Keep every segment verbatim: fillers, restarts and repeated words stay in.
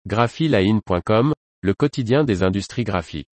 graphiline point com, le quotidien des industries graphiques.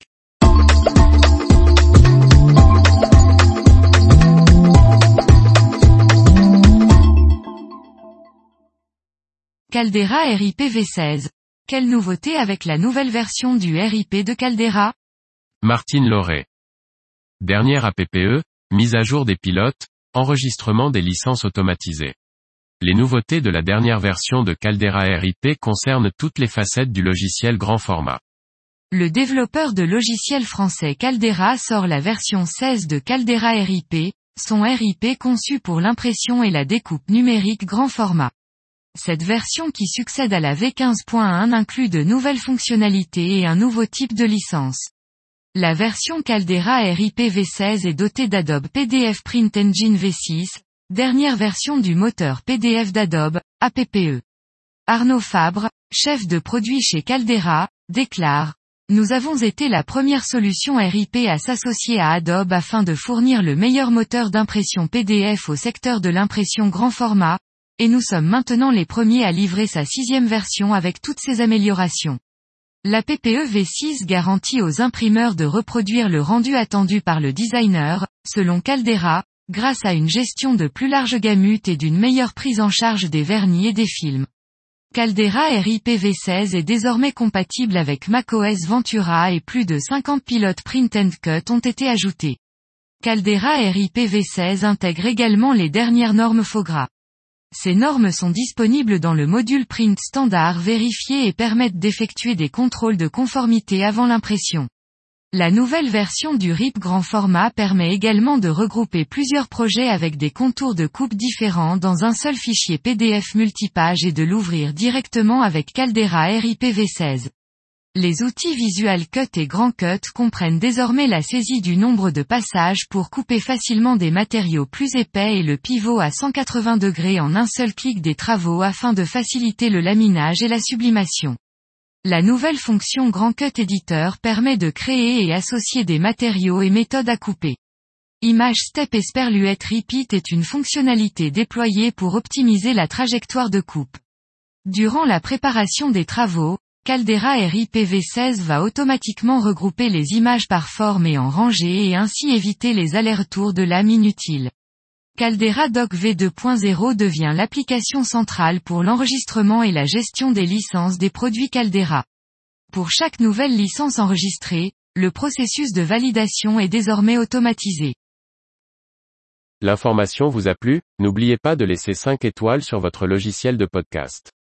Caldera R I P V seize. Quelle nouveauté avec la nouvelle version du R I P de Caldera? Martine Lauré. Dernière A P P E, mise à jour des pilotes, enregistrement des licences automatisées. Les nouveautés de la dernière version de Caldera R I P concernent toutes les facettes du logiciel grand format. Le développeur de logiciels français Caldera sort la version seize de Caldera R I P, son R I P conçu pour l'impression et la découpe numérique grand format. Cette version qui succède à la V quinze point un inclut de nouvelles fonctionnalités et un nouveau type de licence. La version Caldera R I P V seize est dotée d'Adobe P D F Print Engine V six, dernière version du moteur P D F d'Adobe, A P P E. Arnaud Fabre, chef de produit chez Caldera, déclare: Nous avons été la première solution R I P à s'associer à Adobe afin de fournir le meilleur moteur d'impression P D F au secteur de l'impression grand format, et nous sommes maintenant les premiers à livrer sa sixième version avec toutes ces améliorations. L'A P P E V six garantit aux imprimeurs de reproduire le rendu attendu par le designer, selon Caldera, grâce à une gestion de plus large gamut et d'une meilleure prise en charge des vernis et des films. Caldera R I P V seize est désormais compatible avec macOS Ventura et plus de cinquante pilotes Print and Cut ont été ajoutés. Caldera R I P V seize intègre également les dernières normes FOGRA. Ces normes sont disponibles dans le module Print standard vérifié et permettent d'effectuer des contrôles de conformité avant l'impression. La nouvelle version du R I P grand format permet également de regrouper plusieurs projets avec des contours de coupe différents dans un seul fichier P D F multipage et de l'ouvrir directement avec Caldera R I P V seize. Les outils Visual Cut et Grand Cut comprennent désormais la saisie du nombre de passages pour couper facilement des matériaux plus épais et le pivot à cent quatre-vingts degrés en un seul clic des travaux afin de faciliter le laminage et la sublimation. La nouvelle fonction Grand Cut Editor permet de créer et associer des matériaux et méthodes à couper. Image Step et Sperluette Repeat est une fonctionnalité déployée pour optimiser la trajectoire de coupe. Durant la préparation des travaux, Caldera R I P V seize va automatiquement regrouper les images par forme et en rangée et ainsi éviter les allers-retours de lames inutiles. Caldera Doc V deux point zéro devient l'application centrale pour l'enregistrement et la gestion des licences des produits Caldera. Pour chaque nouvelle licence enregistrée, le processus de validation est désormais automatisé. L'information vous a plu? N'oubliez pas de laisser cinq étoiles sur votre logiciel de podcast.